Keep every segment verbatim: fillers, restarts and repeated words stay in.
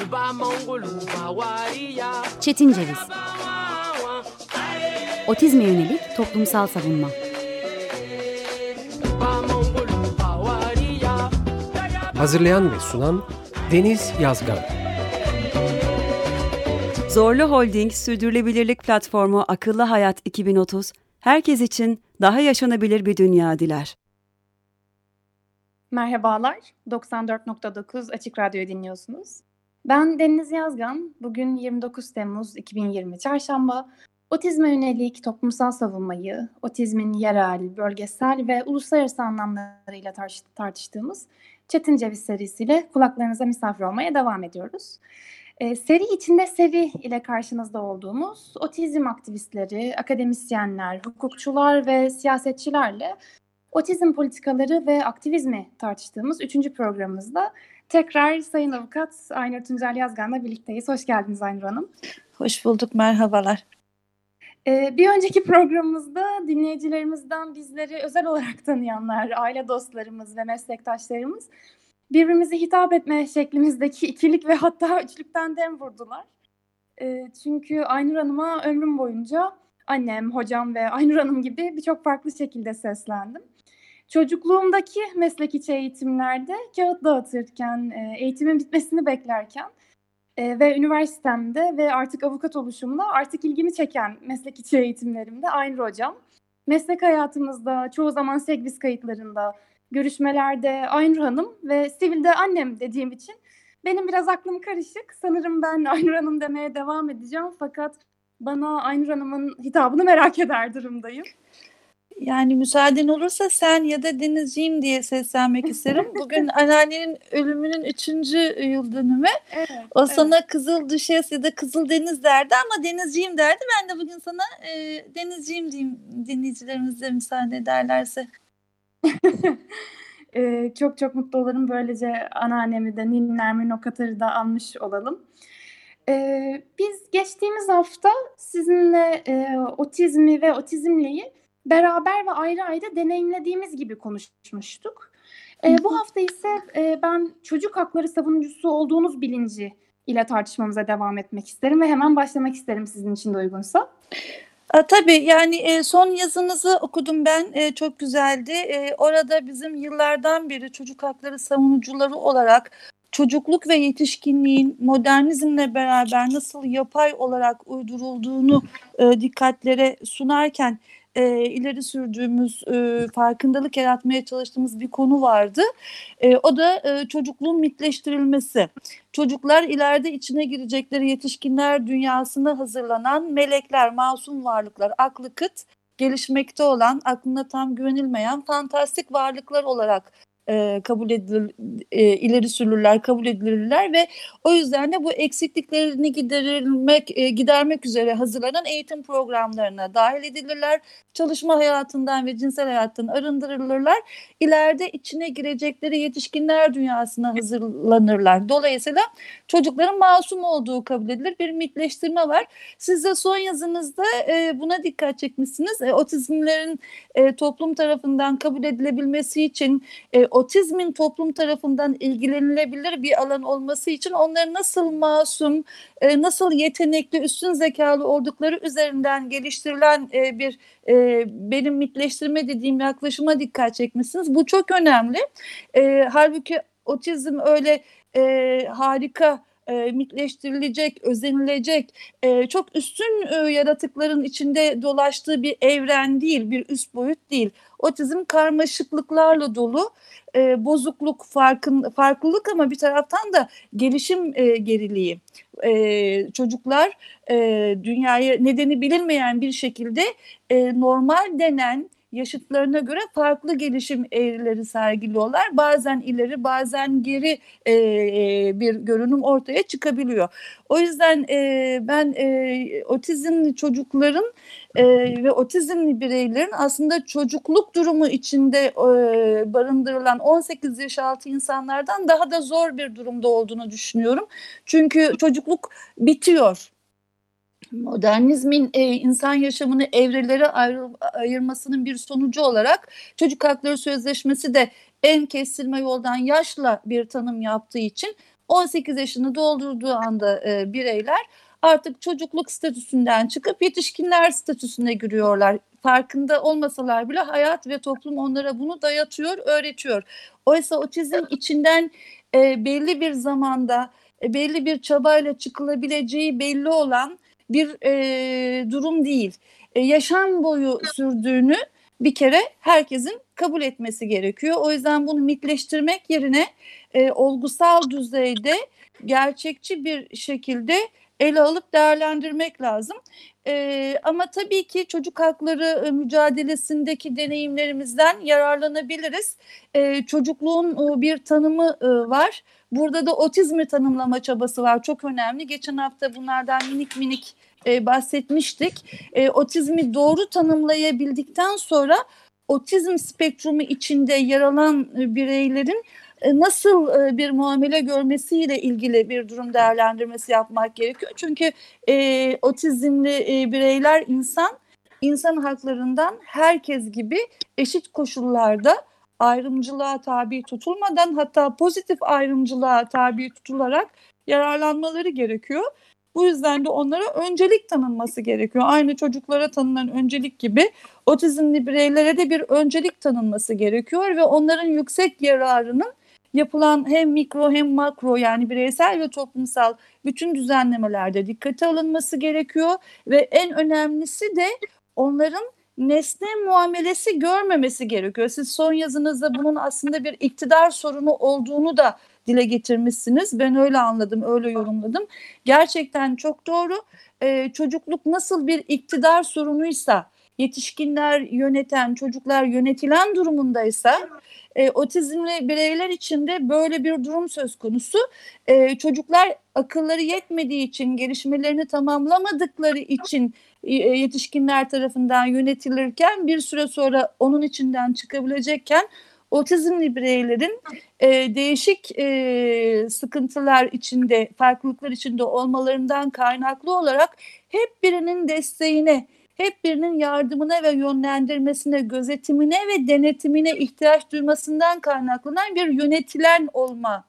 Çetin Ceviz. Otizme yönelik toplumsal savunma. Hazırlayan ve sunan Deniz Yazgan. Zorlu Holding Sürdürülebilirlik Platformu Akıllı Hayat iki bin otuz, herkes için daha yaşanabilir bir dünya diler. Merhabalar, doksan dört nokta dokuz Açık Radyo'yu dinliyorsunuz. Ben Deniz Yazgan, bugün yirmi dokuz Temmuz iki bin yirmi Çarşamba, otizme yönelik toplumsal savunmayı, otizmin yerel, bölgesel ve uluslararası anlamlarıyla tartış- tartıştığımız Çetin Ceviz serisiyle kulaklarınıza misafir olmaya devam ediyoruz. Ee, seri içinde Sevi ile karşınızda olduğumuz otizm aktivistleri, akademisyenler, hukukçular ve siyasetçilerle otizm politikaları ve aktivizmi tartıştığımız üçüncü programımızda tekrar Sayın Avukat Aynur Tuncel Yazgan'la birlikteyiz. Hoş geldiniz Aynur Hanım. Hoş bulduk, merhabalar. Ee, bir önceki programımızda dinleyicilerimizden bizleri özel olarak tanıyanlar, aile dostlarımız ve meslektaşlarımız birbirimize hitap etme şeklimizdeki ikilik ve hatta üçlükten dem vurdular. Ee, çünkü Aynur Hanım'a ömrüm boyunca annem, hocam ve Aynur Hanım gibi birçok farklı şekilde seslendim. Çocukluğumdaki meslek içi eğitimlerde kağıt dağıtırken, eğitimin bitmesini beklerken e, ve üniversitemde ve artık avukat oluşumda artık ilgimi çeken meslek içi eğitimlerimde Aynur Hocam. Meslek hayatımızda çoğu zaman Segvis kayıtlarında, görüşmelerde Aynur Hanım ve sivilde annem dediğim için benim biraz aklım karışık. Sanırım ben Aynur Hanım demeye devam edeceğim fakat bana Aynur Hanım'ın hitabını merak eder durumdayım. Yani müsaaden olursa sen ya da Denizciğim diye seslenmek isterim. Bugün anneannenin ölümünün üçüncü yıl dönümü. Evet, o sana evet. Kızıl Düşes ya da Kızıl Deniz derdi ama Denizciğim derdi. Ben de bugün sana e, Denizciğim diyeyim, dinleyicilerimiz de müsaade ederlerse. ee, çok çok mutlu olurum. Böylece anneannemi de Ninnermin o Katar'ı da almış olalım. Ee, biz geçtiğimiz hafta sizinle e, otizmi ve otizmliği beraber ve ayrı ayrı deneyimlediğimiz gibi konuşmuştuk. E, bu hafta ise e, ben çocuk hakları savunucusu olduğunuz bilinci ile tartışmamıza devam etmek isterim ve hemen başlamak isterim sizin için de uygunsa. A, tabii yani e, son yazınızı okudum ben, e, çok güzeldi. E, orada bizim yıllardan beri çocuk hakları savunucuları olarak çocukluk ve yetişkinliğin modernizmle beraber nasıl yapay olarak uydurulduğunu e, dikkatlere sunarken e, ileri sürdüğümüz, e, farkındalık yaratmaya çalıştığımız bir konu vardı. E, o da e, çocukluğun mitleştirilmesi. Çocuklar ileride içine girecekleri yetişkinler dünyasına hazırlanan melekler, masum varlıklar, aklı kıt, gelişmekte olan, aklına tam güvenilmeyen fantastik varlıklar olarak E, kabul edilir, e, ileri sürülürler, kabul edilirler ve o yüzden de bu eksikliklerini giderilmek, e, gidermek üzere hazırlanan eğitim programlarına dahil edilirler. Çalışma hayatından ve cinsel hayattan arındırılırlar. İleride içine girecekleri yetişkinler dünyasına hazırlanırlar. Dolayısıyla çocukların masum olduğu kabul edilir. Bir mitleştirme var. Siz de son yazınızda e, buna dikkat çekmişsiniz. E, otizmlerin e, toplum tarafından kabul edilebilmesi için e, otizmin toplum tarafından ilgilenilebilir bir alan olması için onların nasıl masum, e, nasıl yetenekli, üstün zekalı oldukları üzerinden geliştirilen e, bir e, benim mitleştirme dediğim yaklaşıma dikkat çekmişsiniz. Bu çok önemli. E, halbuki otizm öyle e, harika, e, mitleştirilecek, özenilecek, e, çok üstün e, yaratıkların içinde dolaştığı bir evren değil, bir üst boyut değil. Otizm karmaşıklıklarla dolu, e, bozukluk, farkın, farklılık ama bir taraftan da gelişim e, geriliği. E, çocuklar e, dünyaya nedeni bilinmeyen bir şekilde e, normal denen yaşıtlarına göre farklı gelişim eğrileri sergiliyorlar. Bazen ileri, bazen geri e, bir görünüm ortaya çıkabiliyor. O yüzden e, ben e, otizmli çocukların e, ve otizmli bireylerin aslında çocukluk durumu içinde e, barındırılan on sekiz yaş altı insanlardan daha da zor bir durumda olduğunu düşünüyorum. Çünkü çocukluk bitiyor. Modernizmin e, insan yaşamını evrelere ayrı, ayırmasının bir sonucu olarak Çocuk Hakları Sözleşmesi de en kestirme yoldan yaşla bir tanım yaptığı için on sekiz yaşını doldurduğu anda e, bireyler artık çocukluk statüsünden çıkıp yetişkinler statüsüne giriyorlar. Farkında olmasalar bile hayat ve toplum onlara bunu dayatıyor, öğretiyor. Oysa otizm içinden e, belli bir zamanda, e, belli bir çabayla çıkılabileceği belli olan bir e, durum değil. E, yaşam boyu sürdüğünü bir kere herkesin kabul etmesi gerekiyor. O yüzden bunu mitleştirmek yerine e, olgusal düzeyde gerçekçi bir şekilde ele alıp değerlendirmek lazım. Ee, ama tabii ki çocuk hakları e, mücadelesindeki deneyimlerimizden yararlanabiliriz. Ee, çocukluğun e, bir tanımı e, var. Burada da otizmi tanımlama çabası var. Çok önemli. Geçen hafta bunlardan minik minik e, bahsetmiştik. E, otizmi doğru tanımlayabildikten sonra otizm spektrumu içinde yer alan e, bireylerin nasıl bir muamele görmesiyle ilgili bir durum değerlendirmesi yapmak gerekiyor. Çünkü e, otizmli e, bireyler insan, insan haklarından herkes gibi eşit koşullarda ayrımcılığa tabi tutulmadan, hatta pozitif ayrımcılığa tabi tutularak yararlanmaları gerekiyor. Bu yüzden de onlara öncelik tanınması gerekiyor. Aynı çocuklara tanınan öncelik gibi otizmli bireylere de bir öncelik tanınması gerekiyor ve onların yüksek yararının yapılan hem mikro hem makro, yani bireysel ve toplumsal bütün düzenlemelerde dikkate alınması gerekiyor ve en önemlisi de onların nesne muamelesi görmemesi gerekiyor. Siz son yazınızda bunun aslında bir iktidar sorunu olduğunu da dile getirmişsiniz. Ben öyle anladım, öyle yorumladım. Gerçekten çok doğru. Ee, çocukluk nasıl bir iktidar sorunuysa, yetişkinler yöneten, çocuklar yönetilen durumundaysa, e, otizmli bireyler için de böyle bir durum söz konusu. E, çocuklar akılları yetmediği için, gelişmelerini tamamlamadıkları için e, yetişkinler tarafından yönetilirken bir süre sonra onun içinden çıkabilecekken, otizmli bireylerin e, değişik e, sıkıntılar içinde, farklılıklar içinde olmalarından kaynaklı olarak hep birinin desteğine, hep birinin yardımına ve yönlendirmesine, gözetimine ve denetimine ihtiyaç duymasından kaynaklanan bir yönetilen olma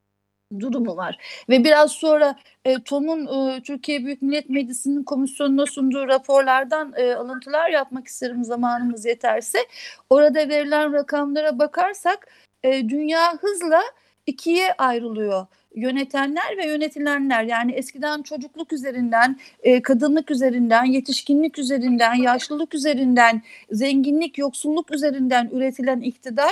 durumu var. Ve biraz sonra e, TOM'un e, Türkiye Büyük Millet Meclisi'nin komisyonuna sunduğu raporlardan e, alıntılar yapmak isterim zamanımız yeterse. Orada verilen rakamlara bakarsak e, dünya hızla ikiye ayrılıyor. Yönetenler ve yönetilenler, yani eskiden çocukluk üzerinden, e, kadınlık üzerinden, yetişkinlik üzerinden, yaşlılık üzerinden, zenginlik, yoksulluk üzerinden üretilen iktidar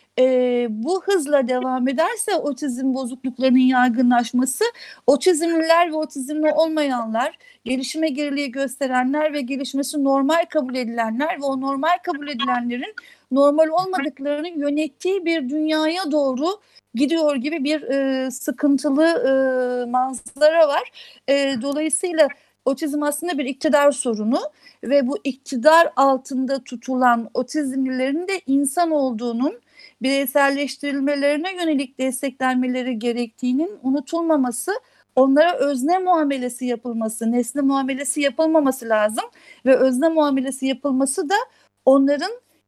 e, bu hızla devam ederse otizm bozukluklarının yaygınlaşması, otizmliler ve otizmli olmayanlar, gelişime geriliği gösterenler ve gelişmesi normal kabul edilenler ve o normal kabul edilenlerin normal olmadıklarını yönettiği bir dünyaya doğru gidiyor gibi bir e, sıkıntılı e, manzara var. E, dolayısıyla otizm aslında bir iktidar sorunu ve bu iktidar altında tutulan otizmlilerin de insan olduğunun, bireyselleştirilmelerine yönelik desteklenmeleri gerektiğinin unutulmaması, onlara özne muamelesi yapılması, nesne muamelesi yapılmaması lazım ve özne muamelesi yapılması da onların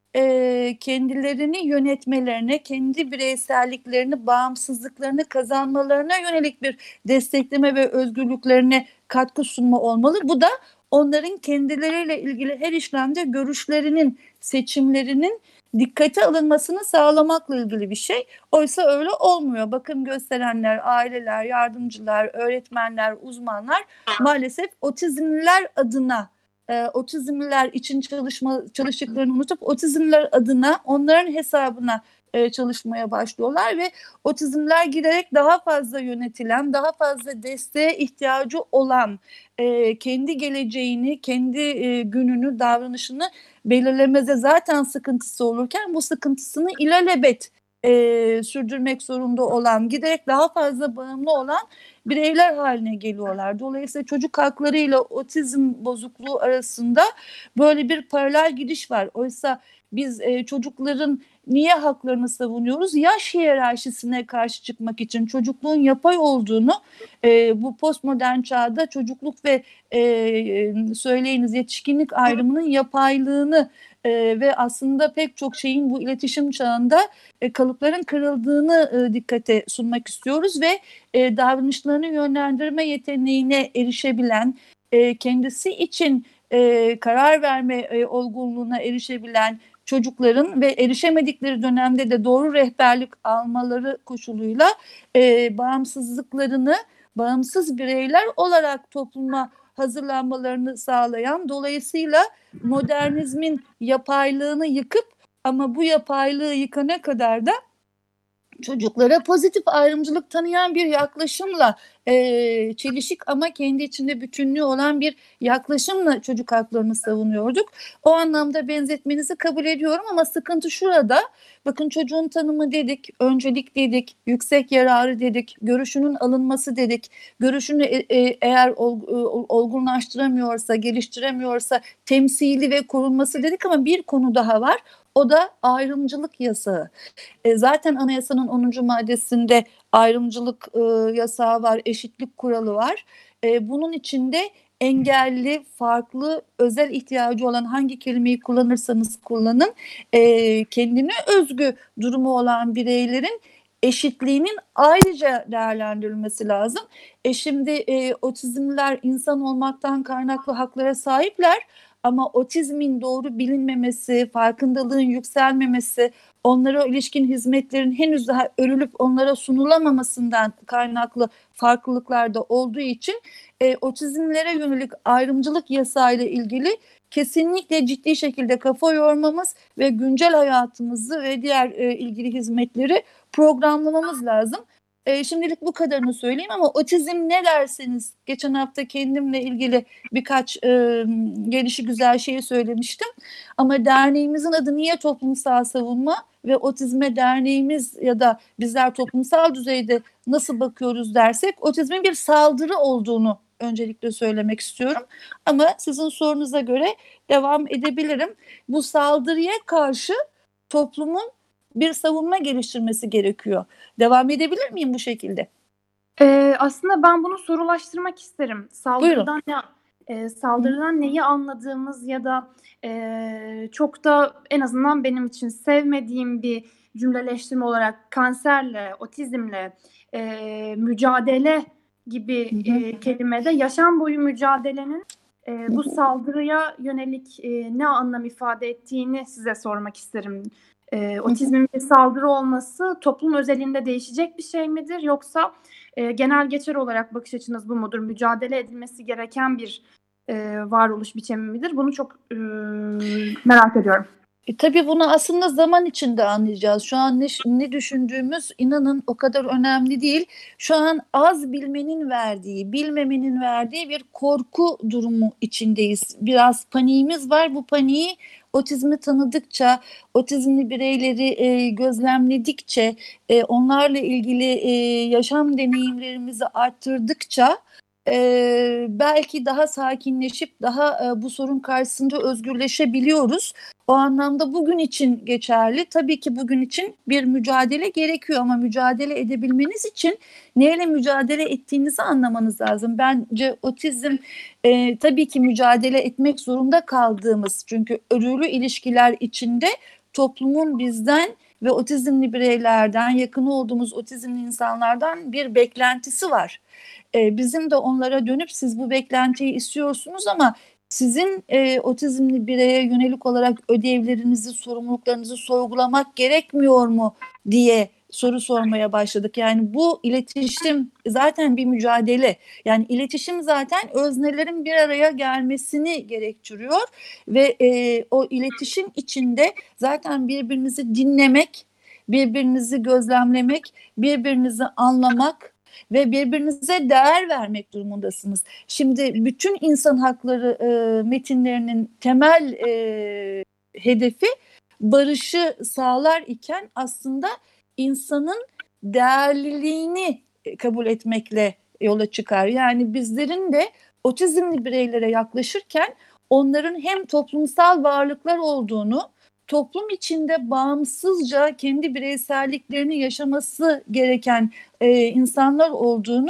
e, kendilerini yönetmelerine, kendi bireyselliklerini, bağımsızlıklarını kazanmalarına yönelik bir destekleme ve özgürlüklerine katkı sunma olmalı. Bu da onların kendileriyle ilgili her işlemde görüşlerinin, seçimlerinin dikkate alınmasını sağlamakla ilgili bir şey. Oysa öyle olmuyor. Bakım gösterenler, aileler, yardımcılar, öğretmenler, uzmanlar maalesef otizmliler adına, e, otizmliler için çalışma çalıştıklarını unutup otizmliler adına, onların hesabına e, çalışmaya başlıyorlar ve otizmler giderek daha fazla yönetilen, daha fazla desteğe ihtiyacı olan, e, kendi geleceğini, kendi e, gününü, davranışını belirlemede zaten sıkıntısı olurken bu sıkıntısını ilelebet e, sürdürmek zorunda olan, giderek daha fazla bağımlı olan bireyler haline geliyorlar. Dolayısıyla çocuk hakları ile otizm bozukluğu arasında böyle bir paralel gidiş var. Oysa biz e, çocukların niye haklarını savunuyoruz? Yaş hiyerarşisine karşı çıkmak için, çocukluğun yapay olduğunu, e, bu postmodern çağda çocukluk ve e, söyleyiniz yetişkinlik ayrımının yapaylığını e, ve aslında pek çok şeyin bu iletişim çağında e, kalıpların kırıldığını e, dikkate sunmak istiyoruz ve e, davranışlarını yönlendirme yeteneğine erişebilen, e, kendisi için e, karar verme e, olgunluğuna erişebilen çocukların ve erişemedikleri dönemde de doğru rehberlik almaları koşuluyla e, bağımsızlıklarını bağımsız bireyler olarak topluma hazırlanmalarını sağlayan, dolayısıyla modernizmin yapaylığını yıkıp ama bu yapaylığı yıkana kadar da çocuklara pozitif ayrımcılık tanıyan bir yaklaşımla, e, çelişik ama kendi içinde bütünlüğü olan bir yaklaşımla çocuk haklarını savunuyorduk. O anlamda benzetmenizi kabul ediyorum ama sıkıntı şurada. Bakın, çocuğun tanımı dedik, öncelik dedik, yüksek yararı dedik, görüşünün alınması dedik. Görüşünü e, e, eğer ol, e, olgunlaştıramıyorsa, geliştiremiyorsa temsili ve korunması dedik ama bir konu daha var. O da ayrımcılık yasağı. E, zaten anayasanın onuncu maddesinde ayrımcılık e, yasağı var, eşitlik kuralı var. E, bunun içinde engelli, farklı, özel ihtiyacı olan hangi kelimeyi kullanırsanız kullanın, e, kendine özgü durumu olan bireylerin eşitliğinin ayrıca değerlendirilmesi lazım. E şimdi e, otizmliler insan olmaktan kaynaklı haklara sahipler. Ama otizmin doğru bilinmemesi, farkındalığın yükselmemesi, onlara ilişkin hizmetlerin henüz daha örülüp onlara sunulamamasından kaynaklı farklılıklar da olduğu için e, otizmlere yönelik ayrımcılık yasayla ilgili kesinlikle ciddi şekilde kafa yormamız ve güncel hayatımızı ve diğer e, ilgili hizmetleri programlamamız lazım. E, şimdilik bu kadarını söyleyeyim ama otizm ne derseniz, geçen hafta kendimle ilgili birkaç e, gelişigüzel şeyi söylemiştim. Ama derneğimizin adı niye Toplumsal Savunma ve Otizme Derneğimiz ya da bizler toplumsal düzeyde nasıl bakıyoruz dersek, otizmin bir saldırı olduğunu öncelikle söylemek istiyorum. Ama sizin sorunuza göre devam edebilirim. Bu saldırıya karşı toplumun bir savunma geliştirmesi gerekiyor. Devam edebilir miyim bu şekilde? Ee, aslında ben bunu sorulaştırmak isterim. Saldırıdan ne, e, saldırıdan neyi anladığımız ya da e, çok da en azından benim için sevmediğim bir cümleleştirme olarak kanserle, otizmle e, mücadele gibi e, kelimede yaşam boyu mücadelenin e, bu saldırıya yönelik e, ne anlam ifade ettiğini size sormak isterim. E, otizmin bir saldırı olması toplum özelinde değişecek bir şey midir, yoksa e, genel geçer olarak bakış açınız bu mudur? Mücadele edilmesi gereken bir e, varoluş biçimi midir? Bunu çok e, merak ediyorum. E, tabii bunu aslında zaman içinde anlayacağız. Şu an ne, ne düşündüğümüz, inanın, o kadar önemli değil. Şu an az bilmenin verdiği, bilmemenin verdiği bir korku durumu içindeyiz. Biraz paniğimiz var. Bu paniği otizmi tanıdıkça, otizmli bireyleri e, gözlemledikçe, e, onlarla ilgili e, yaşam deneyimlerimizi arttırdıkça e, belki daha sakinleşip daha e, bu sorun karşısında özgürleşebiliyoruz. O anlamda bugün için geçerli. Tabii ki bugün için bir mücadele gerekiyor ama mücadele edebilmeniz için neyle mücadele ettiğinizi anlamanız lazım. Bence otizm e, tabii ki mücadele etmek zorunda kaldığımız, çünkü örülü ilişkiler içinde toplumun bizden ve otizmli bireylerden, yakın olduğumuz otizmli insanlardan bir beklentisi var. E, bizim de onlara dönüp siz bu beklentiyi istiyorsunuz ama sizin e, otizmli bireye yönelik olarak ödevlerinizi, sorumluluklarınızı sorgulamak gerekmiyor mu diye soru sormaya başladık. Yani bu iletişim zaten bir mücadele. Yani iletişim zaten öznelerin bir araya gelmesini gerektiriyor ve e, o iletişim içinde zaten birbirinizi dinlemek, birbirinizi gözlemlemek, birbirinizi anlamak ve birbirinize değer vermek durumundasınız. Şimdi bütün insan hakları e, metinlerinin temel e, hedefi barışı sağlar iken aslında insanın değerliliğini kabul etmekle yola çıkar. Yani bizlerin de otizmli bireylere yaklaşırken onların hem toplumsal varlıklar olduğunu, toplum içinde bağımsızca kendi bireyselliklerini yaşaması gereken e, insanlar olduğunu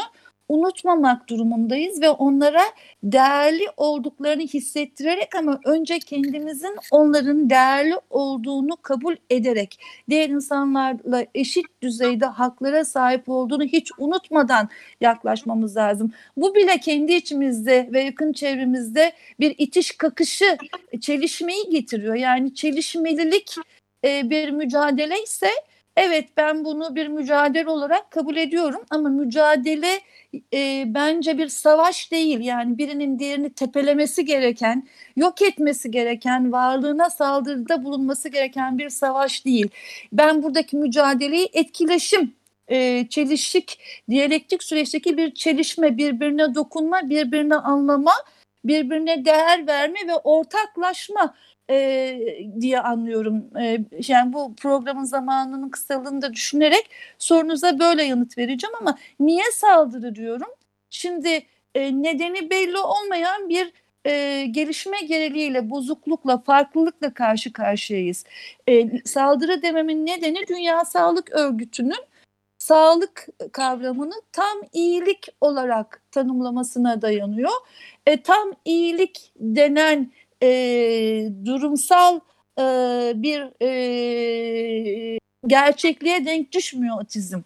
unutmamak durumundayız ve onlara değerli olduklarını hissettirerek ama önce kendimizin onların değerli olduğunu kabul ederek diğer insanlarla eşit düzeyde haklara sahip olduğunu hiç unutmadan yaklaşmamız lazım. Bu bile kendi içimizde ve yakın çevremizde bir itiş kakışı, çelişmeyi getiriyor. Yani çelişmelilik e, bir mücadele ise evet, ben bunu bir mücadele olarak kabul ediyorum ama mücadele e, bence bir savaş değil. Yani birinin diğerini tepelemesi gereken, yok etmesi gereken, varlığına saldırıda bulunması gereken bir savaş değil. Ben buradaki mücadeleyi etkileşim, e, çelişik, diyalektik süreçteki bir çelişme, birbirine dokunma, birbirine anlama, birbirine değer verme ve ortaklaşma E, diye anlıyorum. E, yani bu programın zamanının kısalığını da düşünerek sorunuza böyle yanıt vereceğim ama niye saldırı diyorum? Şimdi e, nedeni belli olmayan bir e, gelişme geriliğiyle, bozuklukla, farklılıkla karşı karşıyayız. E, saldırı dememin nedeni Dünya Sağlık Örgütü'nün sağlık kavramını tam iyilik olarak tanımlamasına dayanıyor. E, tam iyilik denen e, durumsal e, bir e, gerçekliğe denk düşmüyor otizm.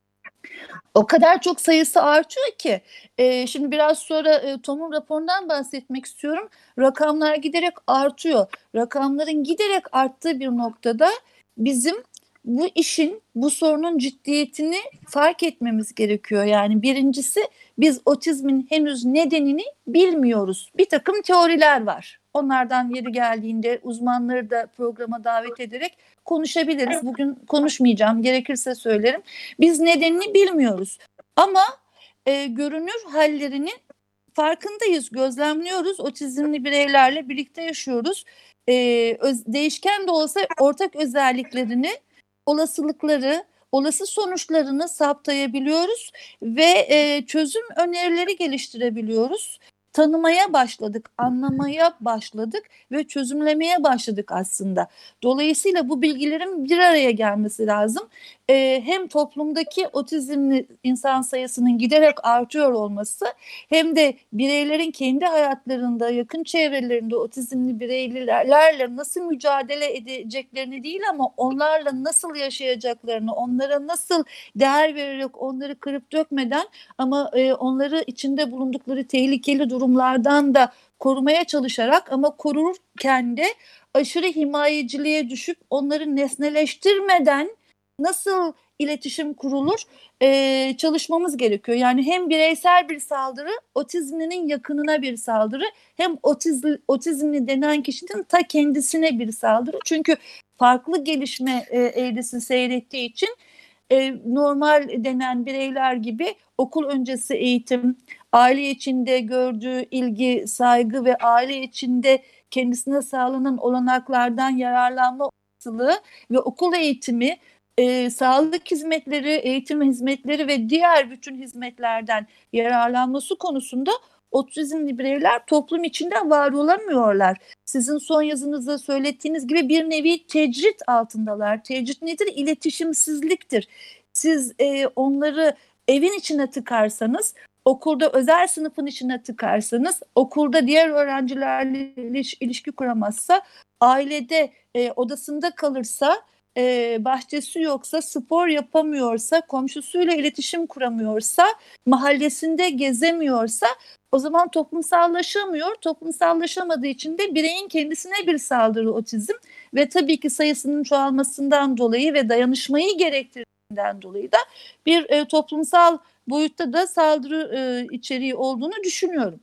O kadar çok sayısı artıyor ki e, şimdi biraz sonra e, Tom'un raporundan bahsetmek istiyorum. Rakamlar giderek artıyor. Rakamların giderek arttığı bir noktada bizim bu işin, bu sorunun ciddiyetini fark etmemiz gerekiyor. Yani birincisi, biz otizmin henüz nedenini bilmiyoruz. Bir takım teoriler var. Onlardan yeri geldiğinde uzmanları da programa davet ederek konuşabiliriz. Bugün konuşmayacağım, gerekirse söylerim. Biz nedenini bilmiyoruz. Ama e, görünür hallerinin farkındayız, gözlemliyoruz. Otizmli bireylerle birlikte yaşıyoruz. E, öz, değişken de olsa ortak özelliklerini, olasılıkları, olası sonuçlarını saptayabiliyoruz ve e, çözüm önerileri geliştirebiliyoruz. Tanımaya başladık, anlamaya başladık ve çözümlemeye başladık aslında. Dolayısıyla bu bilgilerin bir araya gelmesi lazım. Ee, hem toplumdaki otizmli insan sayısının giderek artıyor olması hem de bireylerin kendi hayatlarında, yakın çevrelerinde otizmli bireylerle nasıl mücadele edeceklerini değil ama onlarla nasıl yaşayacaklarını, onlara nasıl değer vererek onları kırıp dökmeden ama e, onları içinde bulundukları tehlikeli durumlardan da korumaya çalışarak ama korurken de aşırı himayeciliğe düşüp onları nesneleştirmeden nasıl iletişim kurulur ee, çalışmamız gerekiyor. Yani hem bireysel bir saldırı, otizmlinin yakınına bir saldırı, hem otizm, otizmli denen kişinin ta kendisine bir saldırı. Çünkü farklı gelişme e, eğrisi seyrettiği için e, normal denen bireyler gibi okul öncesi eğitim, aile içinde gördüğü ilgi, saygı ve aile içinde kendisine sağlanan olanaklardan yararlanma olasılığı ve okul eğitimi, e, sağlık hizmetleri, eğitim hizmetleri ve diğer bütün hizmetlerden yararlanması konusunda otizmli bireyler toplum içinde var olamıyorlar. Sizin son yazınızda söylediğiniz gibi bir nevi tecrit altındalar. Tecrit nedir? İletişimsizliktir. Siz e, onları evin içine tıkarsanız, okulda özel sınıfın içine tıkarsanız, okulda diğer öğrencilerle ilişki kuramazsa, ailede e, odasında kalırsa, e, bahçesi yoksa, spor yapamıyorsa, komşusuyla iletişim kuramıyorsa, mahallesinde gezemiyorsa o zaman toplumsallaşamıyor. Toplumsallaşamadığı için de bireyin kendisine bir saldırı otizm ve tabii ki sayısının çoğalmasından dolayı ve dayanışmayı gerektirdiğinden dolayı da bir e, toplumsal boyutta da saldırı e, içeriği olduğunu düşünüyorum.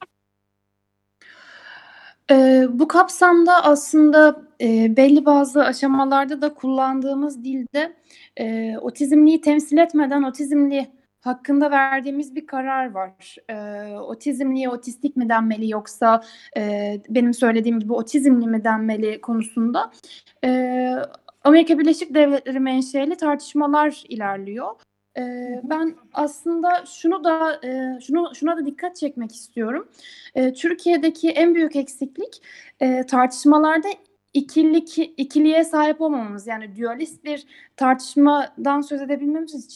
Ee, bu kapsamda aslında e, belli bazı aşamalarda da kullandığımız dilde e, otizmliyi temsil etmeden otizmli hakkında verdiğimiz bir karar var. E, otizmliye otistik mi denmeli yoksa e, benim söylediğim gibi otizmli mi denmeli konusunda e, Amerika Birleşik Devletleri menşeli tartışmalar ilerliyor. Ee, ben aslında şunu da e, şunu şuna da dikkat çekmek istiyorum. Ee, Türkiye'deki en büyük eksiklik e, tartışmalarda ikilik ikiliğe sahip olmamamız. Yani dualist bir tartışmadan söz edebilmemiz için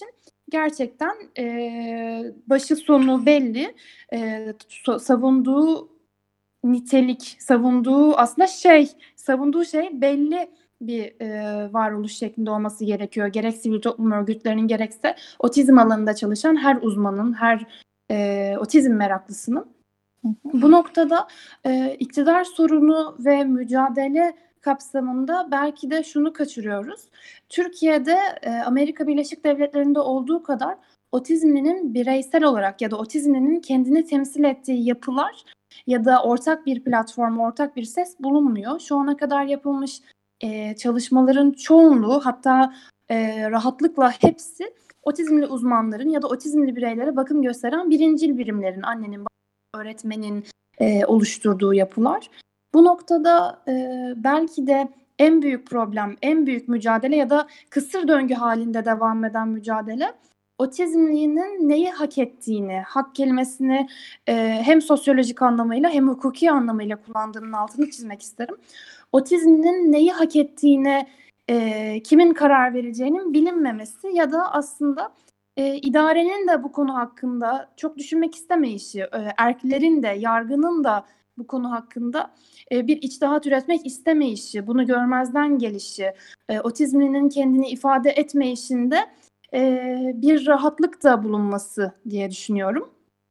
gerçekten e, başı sonu belli. E, so- savunduğu nitelik, savunduğu aslında şey, savunduğu şey belli bir e, varoluş şeklinde olması gerekiyor. Gerek sivil toplum örgütlerinin gerekse otizm alanında çalışan her uzmanın, her e, otizm meraklısının. Bu noktada e, iktidar sorunu ve mücadele kapsamında belki de şunu kaçırıyoruz. Türkiye'de e, Amerika Birleşik Devletleri'nde olduğu kadar otizmlinin bireysel olarak ya da otizmlinin kendini temsil ettiği yapılar ya da ortak bir platform, ortak bir ses bulunmuyor. Şu ana kadar yapılmış e, çalışmaların çoğunluğu, hatta e, rahatlıkla hepsi otizmli uzmanların ya da otizmli bireylere bakım gösteren birincil birimlerin, annenin, öğretmenin e, oluşturduğu yapılar. Bu noktada e, belki de en büyük problem, en büyük mücadele ya da kısır döngü halinde devam eden mücadele, otizmlinin neyi hak ettiğini, hak kelimesini e, hem sosyolojik anlamıyla hem hukuki anlamıyla kullandığının altını çizmek isterim. Otizmlinin neyi hak ettiğine e, kimin karar vereceğinin bilinmemesi ya da aslında e, idarenin de bu konu hakkında çok düşünmek istemeyişi, e, erklerin de, yargının da bu konu hakkında e, bir içtihat üretmek istemeyişi, bunu görmezden gelişi, e, otizmlinin kendini ifade etmeyişinde e, bir rahatlık da bulunması diye düşünüyorum.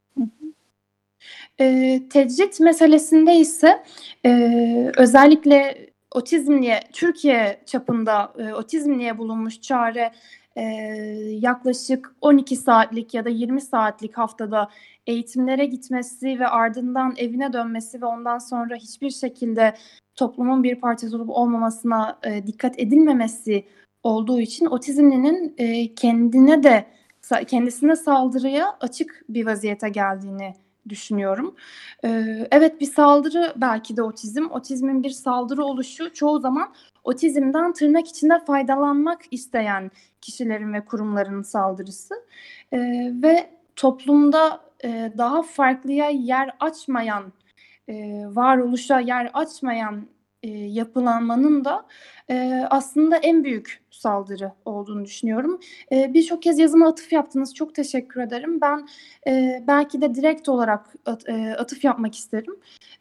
E, tecrit meselesinde ise e, özellikle otizmliye, Türkiye çapında e, otizmliye bulunmuş çare e, yaklaşık on iki saatlik ya da yirmi saatlik haftada eğitimlere gitmesi ve ardından evine dönmesi ve ondan sonra hiçbir şekilde toplumun bir parçası olup olmamasına e, dikkat edilmemesi olduğu için otizmlinin e, kendine de kendisine saldırıya açık bir vaziyete geldiğini düşünüyorum. Ee, evet, bir saldırı belki de otizm. Otizmin bir saldırı oluşu çoğu zaman otizmden tırnak içinde faydalanmak isteyen kişilerin ve kurumların saldırısı. Ee, ve toplumda e, daha farklıya yer açmayan, e, varoluşa yer açmayan e, yapılanmanın da e, aslında en büyük saldırı olduğunu düşünüyorum. E, Birçok kez yazıma atıf yaptınız. Çok teşekkür ederim. Ben e, belki de direkt olarak at, e, atıf yapmak isterim.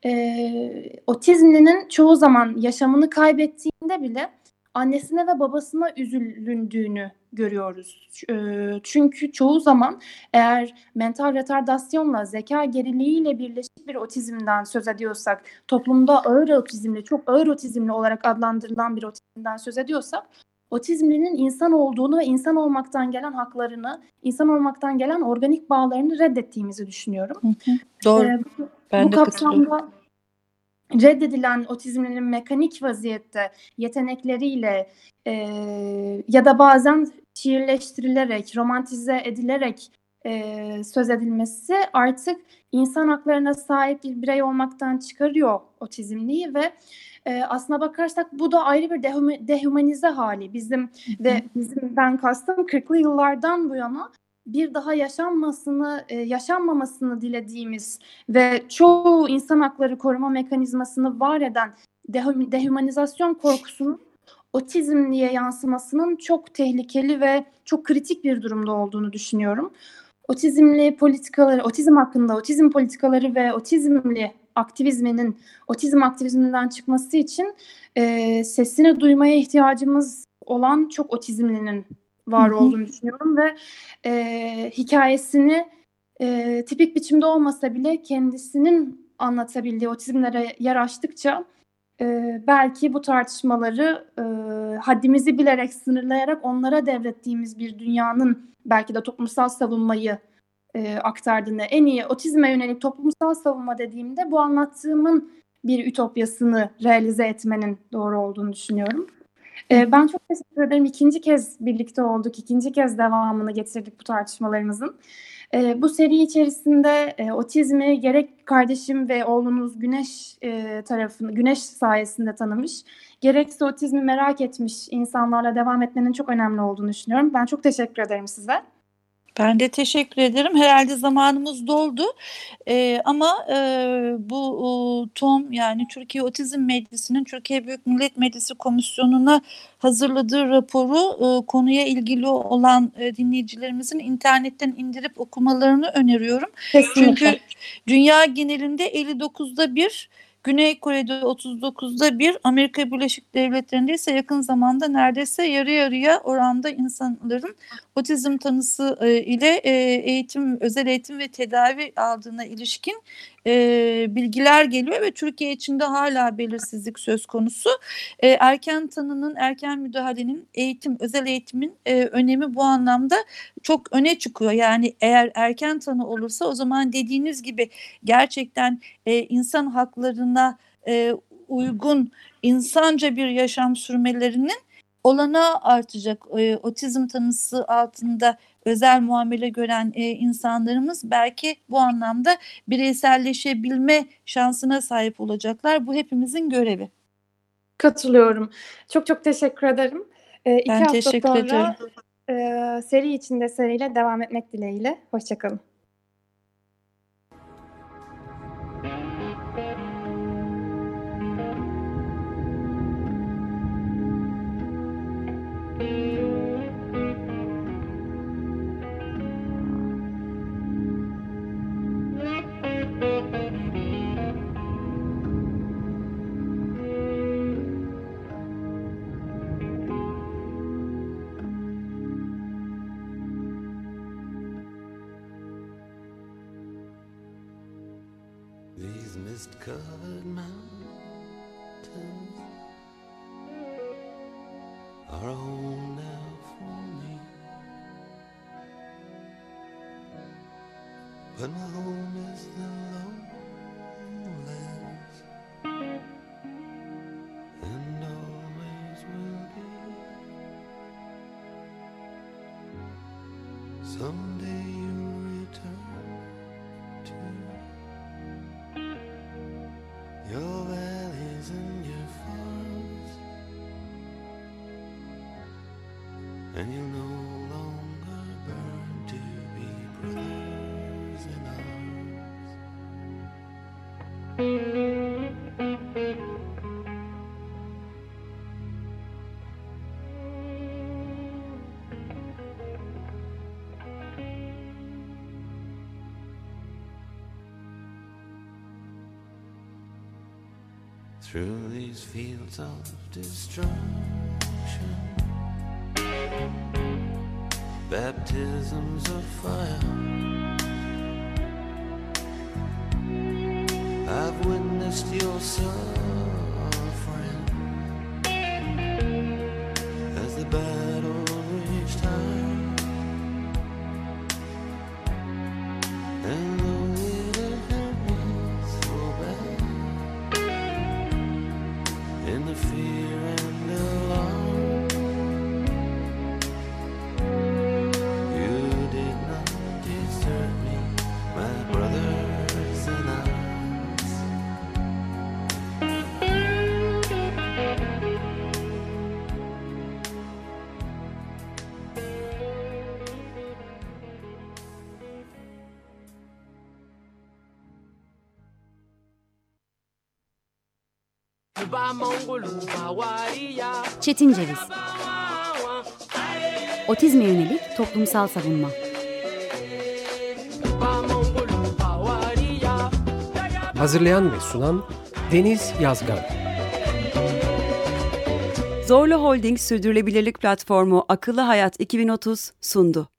E, otizmlinin çoğu zaman yaşamını kaybettiğinde bile annesine ve babasına üzülündüğünü görüyoruz. E, çünkü çoğu zaman eğer mental retardasyonla, zeka geriliğiyle birleşik bir otizmden söz ediyorsak, toplumda ağır otizmli, çok ağır otizmli olarak adlandırılan bir otizmden söz ediyorsak, otizmlinin insan olduğunu ve insan olmaktan gelen haklarını, insan olmaktan gelen organik bağlarını reddettiğimizi düşünüyorum. Hı hı, doğru. Ee, bu Ben bu de kapsamda reddedilen otizmlinin mekanik vaziyette yetenekleriyle e, ya da bazen şiirleştirilerek, romantize edilerek e, söz edilmesi artık insan haklarına sahip bir birey olmaktan çıkarıyor otizmliyi ve e, aslına bakarsak bu da ayrı bir dehum- dehumanize hali. Bizim ve bizimden kastım kırklı yıllardan bu yana bir daha yaşanmasını, e, yaşanmamasını dilediğimiz ve çoğu insan hakları koruma mekanizmasını var eden dehum- dehumanizasyon korkusunun otizmliye yansımasının çok tehlikeli ve çok kritik bir durumda olduğunu düşünüyorum. Otizmli politikaları, otizm hakkında otizm politikaları ve otizmli aktivizminin, otizm aktivizminden çıkması için e, sesini duymaya ihtiyacımız olan çok otizmlinin var olduğunu düşünüyorum ve e, hikayesini e, tipik biçimde olmasa bile kendisinin anlatabildiği otizmlere yer açtıkça e, belki bu tartışmaları e, haddimizi bilerek, sınırlayarak onlara devrettiğimiz bir dünyanın belki de toplumsal savunmayı e, aktardığını, en iyi otizme yönelik toplumsal savunma dediğimde bu anlattığımın bir ütopyasını realize etmenin doğru olduğunu düşünüyorum. E, ben çok teşekkür ederim. İkinci kez birlikte olduk. İkinci kez devamını getirdik bu tartışmalarımızın. E, bu seri içerisinde e, otizmi gerek kardeşim ve oğlunuz Güneş e, tarafını, Güneş sayesinde tanımış, gerekse otizmi merak etmiş insanlarla devam etmenin çok önemli olduğunu düşünüyorum. Ben çok teşekkür ederim size. Ben de teşekkür ederim. Herhalde zamanımız doldu. Ee, ama e, bu e, T O M yani Türkiye Otizm Meclisi'nin Türkiye Büyük Millet Meclisi Komisyonu'na hazırladığı raporu e, konuya ilgili olan e, dinleyicilerimizin internetten indirip okumalarını öneriyorum. Kesinlikle. Çünkü dünya genelinde elli dokuzda bir, Güney Kore'de otuz dokuzda bir, Amerika Birleşik Devletleri'nde ise yakın zamanda neredeyse yarı yarıya oranda insanların otizm tanısı e, ile e, eğitim, özel eğitim ve tedavi aldığına ilişkin e, bilgiler geliyor ve Türkiye içinde hala belirsizlik söz konusu. E, erken tanının, erken müdahalenin, eğitim, özel eğitimin e, önemi bu anlamda çok öne çıkıyor. Yani eğer erken tanı olursa o zaman dediğiniz gibi gerçekten e, insan haklarına e, uygun, insanca bir yaşam sürmelerinin olanağı artacak. E, otizm tanısı altında özel muamele gören e, insanlarımız belki bu anlamda bireyselleşebilme şansına sahip olacaklar. Bu hepimizin görevi. Katılıyorum. Çok çok teşekkür ederim. Ee, iki Ben hafta teşekkür sonra ederim. e, seri içinde seriyle devam etmek dileğiyle. Hoşçakalın. These mist-covered mountains are a home now for me, but my home is the lowlands, and always will be. Someday you'll return to your valleys and your farms, and you'll no longer burn to be brothers in arms. Through these fields of destruction, baptisms of fire, I've witnessed your suffering as the battle reached high, and though it had hurt me so bad, in the fear and alarm, you did not desert me, my brothers in arms. Çetin Ceviz. Otizme yönelik toplumsal savunma. Hazırlayan ve sunan Deniz Yazgan. Zorlu Holding Sürdürülebilirlik Platformu Akıllı Hayat iki bin otuz sundu.